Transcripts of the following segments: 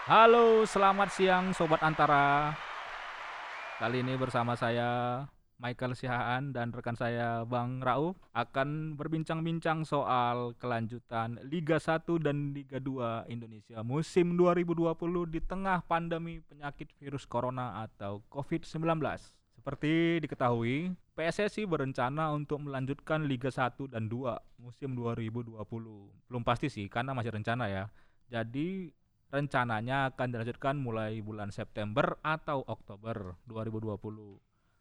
Halo, selamat siang Sobat Antara. Kali ini bersama saya Michael Sihaan dan rekan saya Bang Rauf akan berbincang-bincang soal kelanjutan Liga 1 dan Liga 2 Indonesia musim 2020 di tengah pandemi penyakit virus corona atau COVID-19. Seperti diketahui, PSSI berencana untuk melanjutkan Liga 1 dan 2 musim 2020. Belum pasti sih karena masih rencana ya. Jadi rencananya akan dilanjutkan mulai bulan September atau Oktober 2020.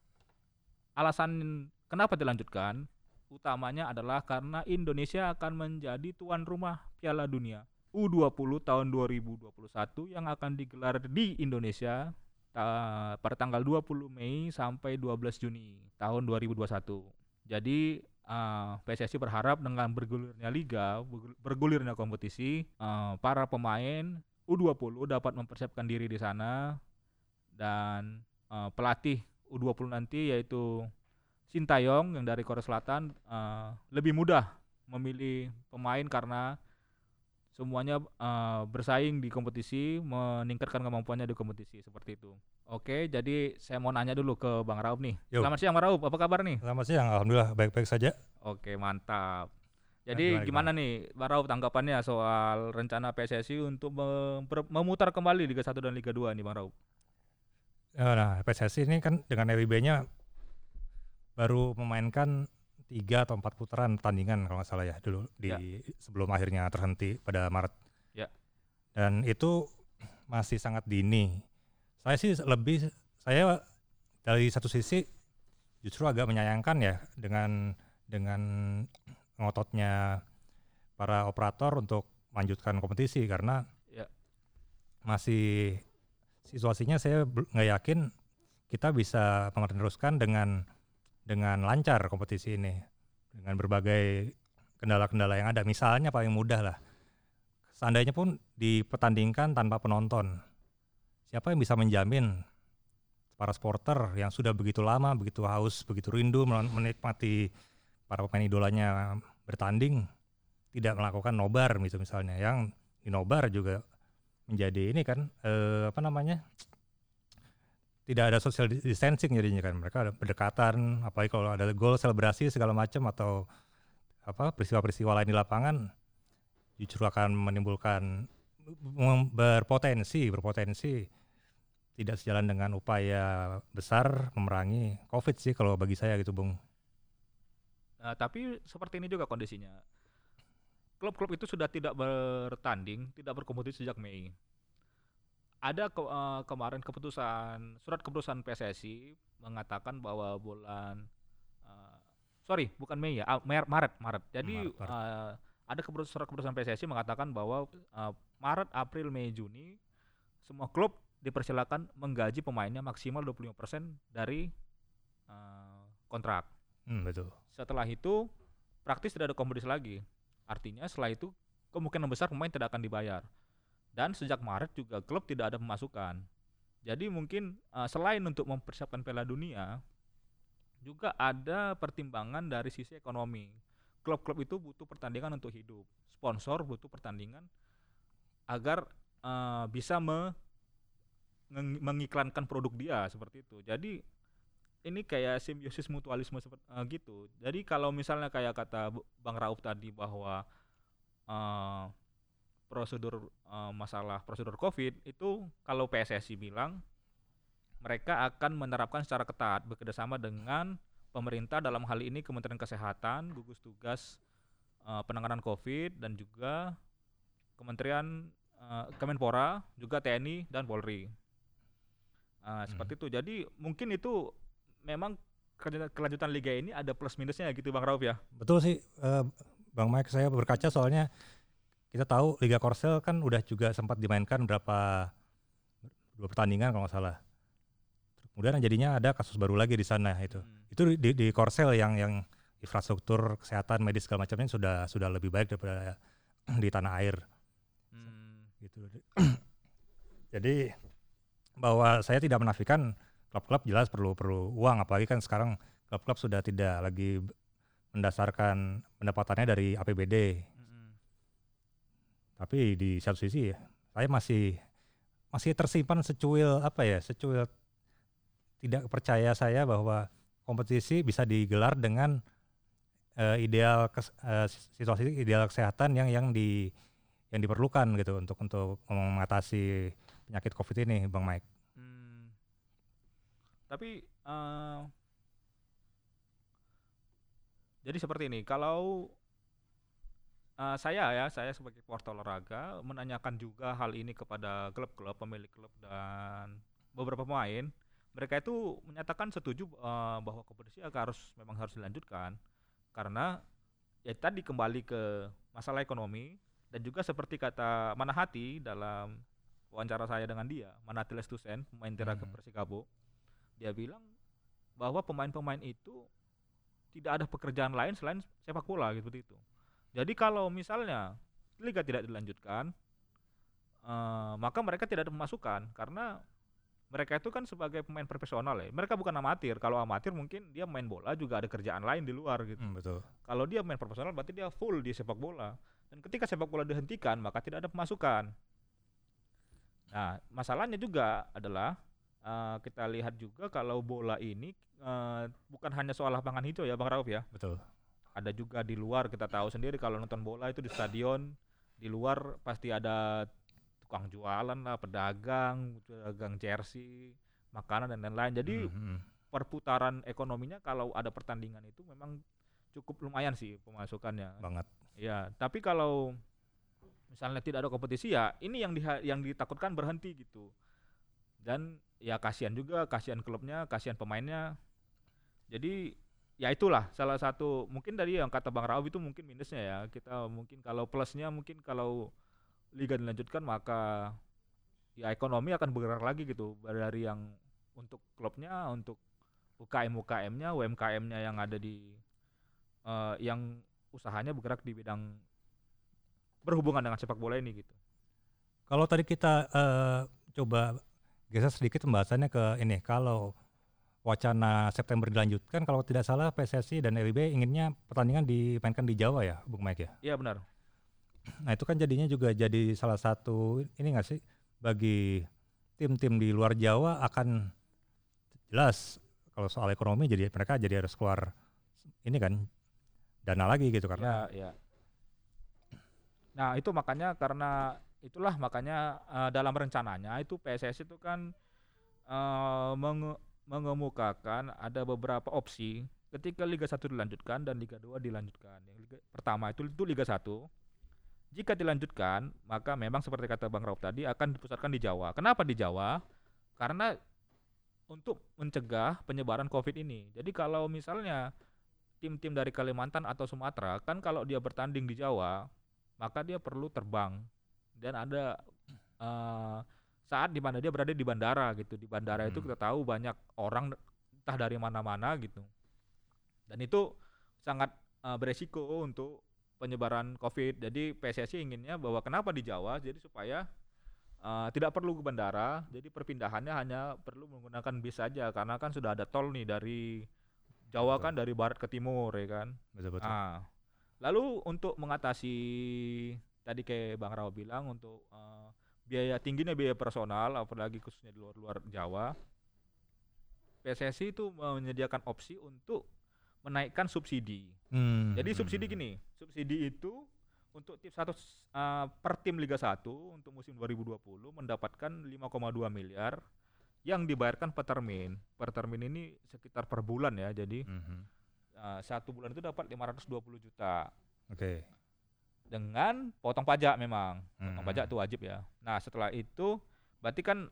Alasan kenapa dilanjutkan utamanya adalah karena Indonesia akan menjadi tuan rumah Piala Dunia U20 tahun 2021 yang akan digelar di Indonesia pada tanggal 20 Mei sampai 12 Juni tahun 2021. Jadi PSSI berharap dengan bergulirnya liga, bergulirnya kompetisi, para pemain U20 dapat mempersiapkan diri di sana dan pelatih U20 nanti yaitu Sintayong yang dari Korea Selatan lebih mudah memilih pemain karena semuanya bersaing di kompetisi, meningkatkan kemampuannya di kompetisi seperti itu. Oke, jadi saya mau nanya dulu ke Bang Rauf nih. Yo, Selamat siang Bang Rauf, apa kabar nih? selamat siang. Alhamdulillah baik-baik saja. Oke, mantap. Ya, Jadi gimana gimana gimana? nih Bang Rauf tanggapannya soal rencana PSSI untuk memutar kembali Liga 1 dan Liga 2 nih Bang Rauf? Nah, PSSI ini kan dengan LIB-nya baru memainkan 3 atau 4 putaran pertandingan kalau nggak salah ya dulu Ya, sebelum akhirnya terhenti pada Maret. ya. Dan itu masih sangat dini. Saya sih saya dari satu sisi justru agak menyayangkan ya dengan ngototnya para operator untuk melanjutkan kompetisi karena Ya, masih situasinya saya nggak yakin kita bisa meneruskan dengan lancar kompetisi ini dengan berbagai kendala-kendala yang ada. Misalnya paling mudah lah, seandainya pun dipertandingkan tanpa penonton, siapa yang bisa menjamin para supporter yang sudah begitu lama, begitu haus, begitu rindu menikmati para pemain idolanya bertanding tidak melakukan nobar gitu misalnya, yang di nobar juga menjadi ini kan apa namanya, tidak ada social distancing jadinya kan, mereka ada berdekatan, apalagi kalau ada gol selebrasi segala macam atau apa peristiwa-peristiwa lain di lapangan justru akan menimbulkan berpotensi tidak sejalan dengan upaya besar memerangi COVID sih kalau bagi saya gitu Bung. Tapi seperti ini juga kondisinya. Klub-klub itu sudah tidak bertanding, tidak berkompetisi sejak Mei. Ada kemarin surat keputusan PSSI mengatakan bahwa bulan uh, sorry bukan Mei ya, Maret. Jadi Maret. ada surat keputusan PSSI mengatakan bahwa Maret, April, Mei, Juni semua klub dipersilakan menggaji pemainnya maksimal 25% dari kontrak. Betul. Setelah itu praktis tidak ada kompetisi lagi. Artinya setelah itu kemungkinan besar pemain tidak akan dibayar. Dan sejak Maret juga klub tidak ada pemasukan. Jadi mungkin selain untuk mempersiapkan Piala Dunia, juga ada pertimbangan dari sisi ekonomi. Klub-klub itu butuh pertandingan untuk hidup. Sponsor butuh pertandingan agar bisa mengiklankan produk dia seperti itu. Jadi ini kayak simbiosis mutualisme seperti gitu. Jadi kalau misalnya kayak kata Bang Rauf tadi bahwa uh, masalah prosedur COVID itu kalau PSSI bilang mereka akan menerapkan secara ketat bekerjasama dengan pemerintah dalam hal ini Kementerian Kesehatan, gugus tugas penanganan COVID dan juga Kementerian Kemenpora, juga TNI dan Polri. Hmm. Seperti itu. Jadi mungkin itu memang kelanjutan liga ini ada plus minusnya gitu Bang Rauf ya. Betul sih Bang Mike, saya berkaca soalnya kita tahu Liga Korsel kan udah juga sempat dimainkan dua pertandingan kalau nggak salah. Kemudian jadinya ada kasus baru lagi di sana itu. Hmm. Itu di Korsel yang infrastruktur kesehatan medis segala macamnya sudah lebih baik daripada di tanah air. Hmm. Gitu. Jadi bahwa saya tidak menafikan klub-klub jelas perlu uang, apalagi kan sekarang klub-klub sudah tidak lagi mendasarkan pendapatannya dari APBD. Hmm. Tapi di satu sisi saya masih masih tersimpan secuil tidak percaya saya bahwa kompetisi bisa digelar dengan situasi ideal kesehatan yang diperlukan gitu untuk mengatasi penyakit COVID ini, Bang Mike. Tapi jadi seperti ini, kalau saya sebagai pewarta olahraga menanyakan juga hal ini kepada klub-klub, pemilik klub dan beberapa pemain, mereka itu menyatakan setuju bahwa kompetisi memang harus dilanjutkan karena ya tadi kembali ke masalah ekonomi dan juga seperti kata Manahati dalam wawancara saya dengan dia, Manahati Lestusen, pemain tira Persikabo, dia bilang bahwa pemain-pemain itu tidak ada pekerjaan lain selain sepak bola gitu itu. Jadi kalau misalnya liga tidak dilanjutkan, maka mereka tidak ada pemasukan karena mereka itu kan sebagai pemain profesional ya. Mereka bukan amatir. Kalau amatir mungkin dia main bola juga ada kerjaan lain di luar gitu. Betul. Kalau dia main profesional berarti dia full di sepak bola. Dan ketika sepak bola dihentikan maka tidak ada pemasukan. Nah masalahnya juga adalah kita lihat juga kalau bola ini bukan hanya soal lapangan hijau ya Bang Rauf ya. Betul. Ada juga di luar, kita tahu sendiri kalau nonton bola itu di stadion, di luar pasti ada tukang jualan lah, pedagang jersey, makanan dan lain-lain. Jadi perputaran ekonominya kalau ada pertandingan itu memang cukup lumayan sih pemasukannya. Banget. Ya, tapi kalau misalnya tidak ada kompetisi ya ini yang ditakutkan berhenti gitu. Dan ya kasihan klubnya, kasihan pemainnya. Jadi ya itulah salah satu mungkin dari yang kata Bang Rauf itu mungkin minusnya ya. Kita mungkin kalau plusnya mungkin kalau liga dilanjutkan maka ya ekonomi akan bergerak lagi gitu dari yang untuk klubnya, untuk UKM-UKM-nya, UMKM-nya yang ada di yang usahanya bergerak di bidang berhubungan dengan sepak bola ini gitu. Kalau tadi kita coba geser sedikit pembahasannya ke ini, kalau wacana September dilanjutkan, kalau tidak salah PSSI dan LIB inginnya pertandingan dimainkan di Jawa ya, Bung Mike ya? Iya benar. Nah itu kan jadinya juga jadi salah satu ini nggak sih bagi tim-tim di luar Jawa akan jelas kalau soal ekonomi jadi mereka jadi harus keluar ini kan dana lagi gitu karena. Ya. Nah itu makanya dalam rencananya itu PSSI itu kan mengemukakan ada beberapa opsi ketika Liga 1 dilanjutkan dan Liga 2 dilanjutkan. Yang pertama itu Liga 1. Jika dilanjutkan, maka memang seperti kata Bang Rauf tadi akan dipusatkan di Jawa. Kenapa di Jawa? Karena untuk mencegah penyebaran COVID ini. Jadi kalau misalnya tim-tim dari Kalimantan atau Sumatera kan kalau dia bertanding di Jawa, maka dia perlu terbang dan ada saat di mana dia berada di bandara gitu. Di bandara itu kita tahu banyak orang entah dari mana-mana gitu. Dan itu sangat beresiko untuk penyebaran COVID. Jadi PSSI inginnya bahwa kenapa di Jawa, jadi supaya tidak perlu ke bandara. Jadi perpindahannya hanya perlu menggunakan bis saja karena kan sudah ada tol nih dari Jawa. Betul. Kan dari barat ke timur ya kan. Betul. Lalu untuk mengatasi tadi kayak Bang Rawa bilang untuk tingginya biaya personal apalagi khususnya di luar Jawa, PSSI itu menyediakan opsi untuk menaikkan subsidi. Jadi subsidi gini, subsidi itu untuk tim per tim Liga 1 untuk musim 2020 mendapatkan 5,2 miliar yang dibayarkan per termin. Per termin ini sekitar per bulan ya, jadi satu bulan itu dapat 520 juta. Oke. Dengan potong pajak memang. Potong pajak itu wajib ya. Nah, setelah itu berarti kan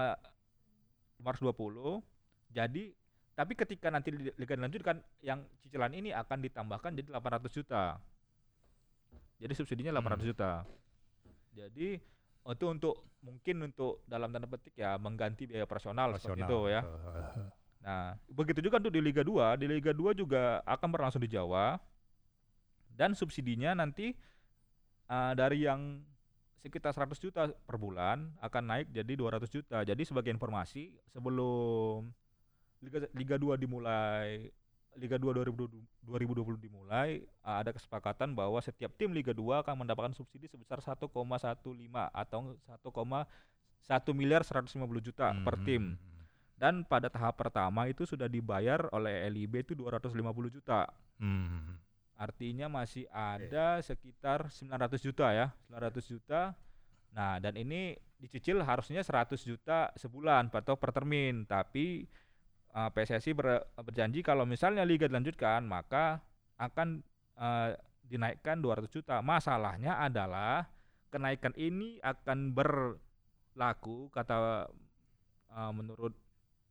520. Jadi tapi ketika nanti liga dilanjutkan yang cicilan ini akan ditambahkan jadi 800 juta. Jadi subsidinya 800 juta. Jadi itu mungkin untuk dalam tanda petik ya mengganti biaya operasional seperti itu ya. Nah, begitu juga untuk di Liga 2. Di Liga 2 juga akan berlangsung di Jawa. Dan subsidinya nanti dari yang sekitar 100 juta per bulan akan naik jadi 200 juta. Jadi sebagai informasi, sebelum Liga 2 dimulai, Liga 2 2020 dimulai, ada kesepakatan bahwa setiap tim Liga 2 akan mendapatkan subsidi sebesar 1,15 atau 1.150.000.000 per tim. Dan pada tahap pertama itu sudah dibayar oleh LIB itu 250 juta. Artinya masih ada sekitar 900 juta ya, 900 juta. Nah, dan ini dicicil harusnya 100 juta sebulan atau per termin. Tapi PSSI berjanji kalau misalnya liga dilanjutkan maka akan dinaikkan 200 juta. Masalahnya adalah kenaikan ini akan berlaku kata menurut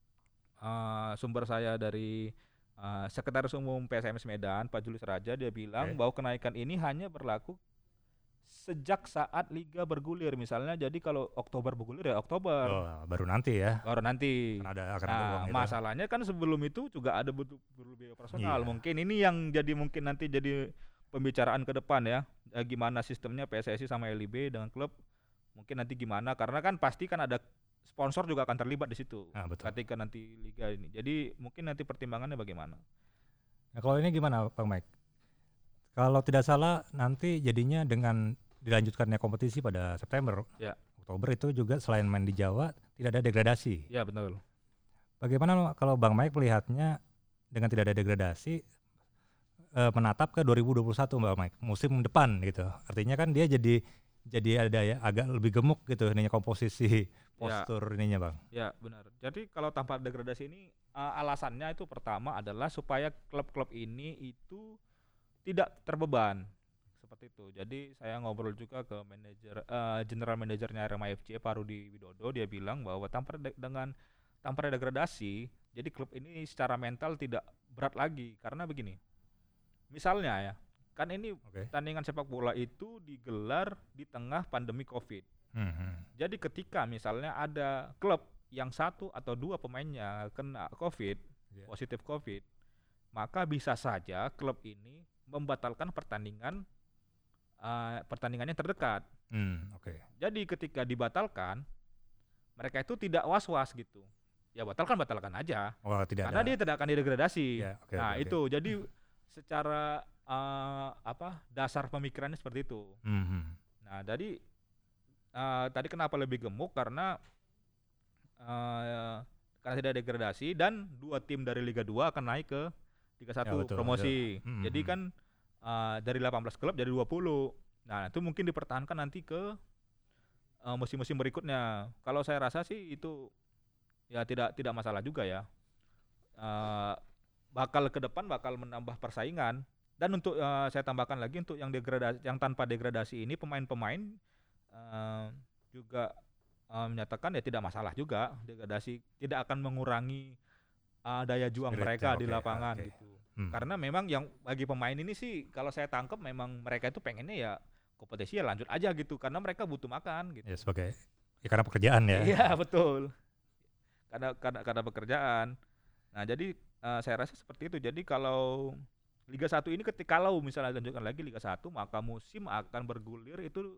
sumber saya dari Sekretaris Umum PSMS Medan, Pak Julius Raja, dia bilang bahwa kenaikan ini hanya berlaku sejak saat liga bergulir. Misalnya jadi kalau Oktober bergulir ya Oktober. Baru nanti ya. Baru nanti. Akan ada uang masalahnya kan sebelum itu juga ada perlu biaya operasional. Mungkin ini yang mungkin nanti jadi pembicaraan ke depan ya. Gimana sistemnya PSSI sama LIB dengan klub. Mungkin nanti gimana, karena kan pasti kan ada sponsor juga akan terlibat di situ ketika nanti liga ini. Jadi mungkin nanti pertimbangannya bagaimana. Nah, kalau ini gimana Bang Mike? Kalau tidak salah nanti jadinya dengan dilanjutkannya kompetisi pada September, Oktober itu juga selain main di Jawa tidak ada degradasi. Ya betul. Bagaimana kalau Bang Mike melihatnya dengan tidak ada degradasi menatap ke 2021 Bang Mike, musim depan gitu. Artinya kan dia jadi ada ya agak lebih gemuk gitu ininya komposisi postur ininya Bang. Ya benar. Jadi kalau tanpa degradasi ini alasannya itu pertama adalah supaya klub-klub ini itu tidak terbeban seperti itu. Jadi saya ngobrol juga ke general manajernya RMA FC Pak Rudi Widodo, dia bilang bahwa tanpa degradasi jadi klub ini secara mental tidak berat lagi karena begini. Misalnya ya, kan ini pertandingan sepak bola itu digelar di tengah pandemi COVID. Jadi ketika misalnya ada klub yang 1 atau 2 pemainnya kena COVID, positif COVID, maka bisa saja klub ini membatalkan pertandingannya terdekat. Jadi ketika dibatalkan, mereka itu tidak was-was gitu. Ya batalkan aja. Karena dia tidak akan didegradasi. Itu jadi secara dasar pemikirannya seperti itu. Nah, jadi tadi kenapa lebih gemuk karena tidak degradasi dan 2 tim dari Liga 2 akan naik ke Liga 1 promosi. Jadi kan dari 18 klub jadi 20. Nah, itu mungkin dipertahankan nanti ke musim-musim berikutnya. Kalau saya rasa sih itu ya tidak masalah juga ya. Bakal ke depan bakal menambah persaingan. Dan untuk saya tambahkan lagi untuk yang tanpa degradasi ini pemain-pemain juga menyatakan ya tidak masalah juga, degradasi tidak akan mengurangi daya juang mereka di lapangan gitu. Karena memang yang bagi pemain ini sih kalau saya tangkap memang mereka itu pengennya ya kompetisi ya lanjut aja gitu karena mereka butuh makan gitu. Ya karena pekerjaan ya. Iya betul. Karena pekerjaan. Nah jadi saya rasa seperti itu. Jadi kalau Liga 1 ini kalau misalnya dilanjutkan lagi Liga 1 maka musim akan bergulir itu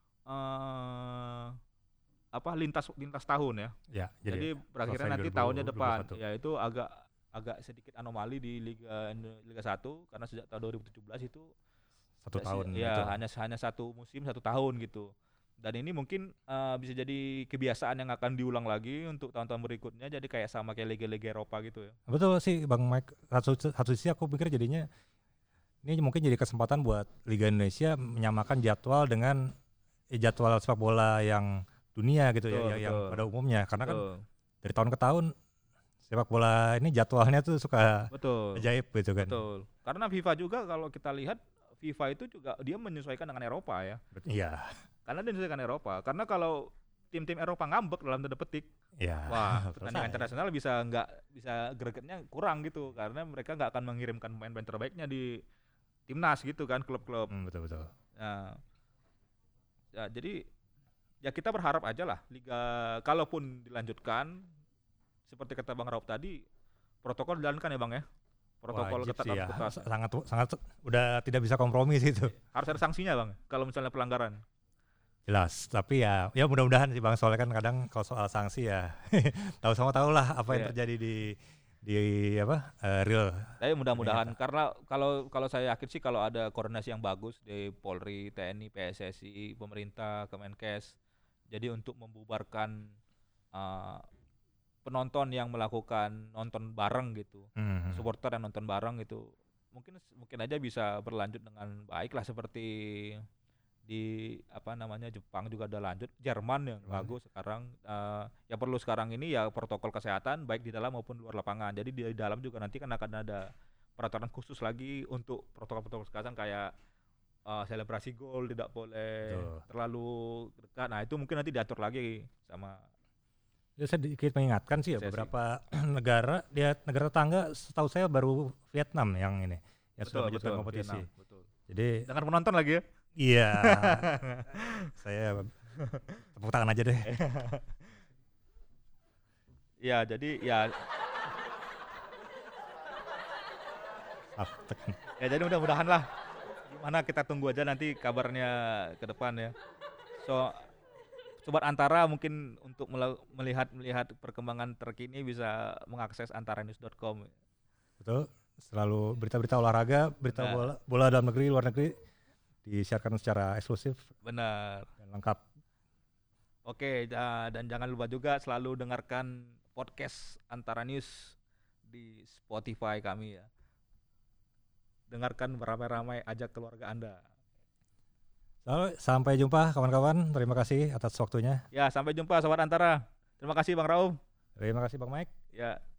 lintas tahun ya. Jadi berakhirnya nanti tahunnya depan. Ya itu agak sedikit anomali di Liga 1 karena sejak tahun 2017 itu 1 tahun ya gitu. hanya 1 musim 1 tahun gitu. Dan ini mungkin bisa jadi kebiasaan yang akan diulang lagi untuk tahun-tahun berikutnya, jadi kayak sama kayak liga-liga Eropa gitu ya. Betul sih Bang Mike, satu sisi aku pikir jadinya ini mungkin jadi kesempatan buat Liga Indonesia menyamakan jadwal dengan jadwal sepak bola yang dunia gitu. Betul. Yang pada umumnya karena kan dari tahun ke tahun sepak bola ini jadwalnya tuh suka ajaib gitu kan. Betul. Karena FIFA juga kalau kita lihat FIFA itu juga dia menyesuaikan dengan Eropa ya. Iya. Karena dia menyesuaikan Eropa. Karena kalau tim-tim Eropa ngambek dalam tanda petik, wah pertandingan internasional bisa gregetnya kurang gitu. Karena mereka nggak akan mengirimkan pemain-pemain terbaiknya di timnas gitu kan, klub-klub. Betul. Nah, ya jadi ya kita berharap aja lah liga kalaupun dilanjutkan seperti kata Bang Raup tadi, protokol dijalankan ya Bang ya. Protokol ketat ya. sangat udah tidak bisa kompromi sih itu. Harus ada sanksinya Bang kalau misalnya pelanggaran. Jelas, tapi ya mudah-mudahan sih Bang, soalnya kan kadang kalau soal sanksi ya tahu lah apa yang terjadi di real. Tapi mudah-mudahan karena kalau saya yakin sih kalau ada koordinasi yang bagus di Polri, TNI, PSSI, pemerintah, Kemenkes Jadi untuk membubarkan uh, penonton yang melakukan nonton bareng gitu, supporter yang nonton bareng itu mungkin aja bisa berlanjut dengan baik lah, seperti di apa namanya Jepang juga udah lanjut, Jerman yang bagus sekarang. Yang perlu sekarang ini ya protokol kesehatan baik di dalam maupun luar lapangan. Jadi di dalam juga nanti kan akan ada peraturan khusus lagi untuk protokol kesehatan, kayak selebrasi gol tidak boleh terlalu dekat. Nah itu mungkin nanti diatur lagi sama. Ya, saya sedikit mengingatkan sih ya, beberapa negara tetangga, setahu saya baru Vietnam yang ini yang sudah melanjutkan kompetisi. Vietnam, betul. Jadi dengan penonton lagi ya. Iya. Saya tepuk tangan aja deh. Ya, jadi ya. Ya jadi mudah-mudahan lah. Gimana kita tunggu aja nanti kabarnya ke depan ya. So Sobat Antara mungkin untuk melihat perkembangan terkini bisa mengakses antaranews.com. Betul. Selalu berita-berita olahraga, berita bola dalam negeri, luar negeri disiarkan secara eksklusif. Benar. Dan lengkap. Oke, dan jangan lupa juga selalu dengarkan podcast Antara News di Spotify kami ya. Dengarkan beramai-ramai, ajak keluarga Anda. Sampai jumpa kawan-kawan, terima kasih atas waktunya. Ya, sampai jumpa Sobat Antara. Terima kasih Bang Raum. Terima kasih Bang Mike. Ya.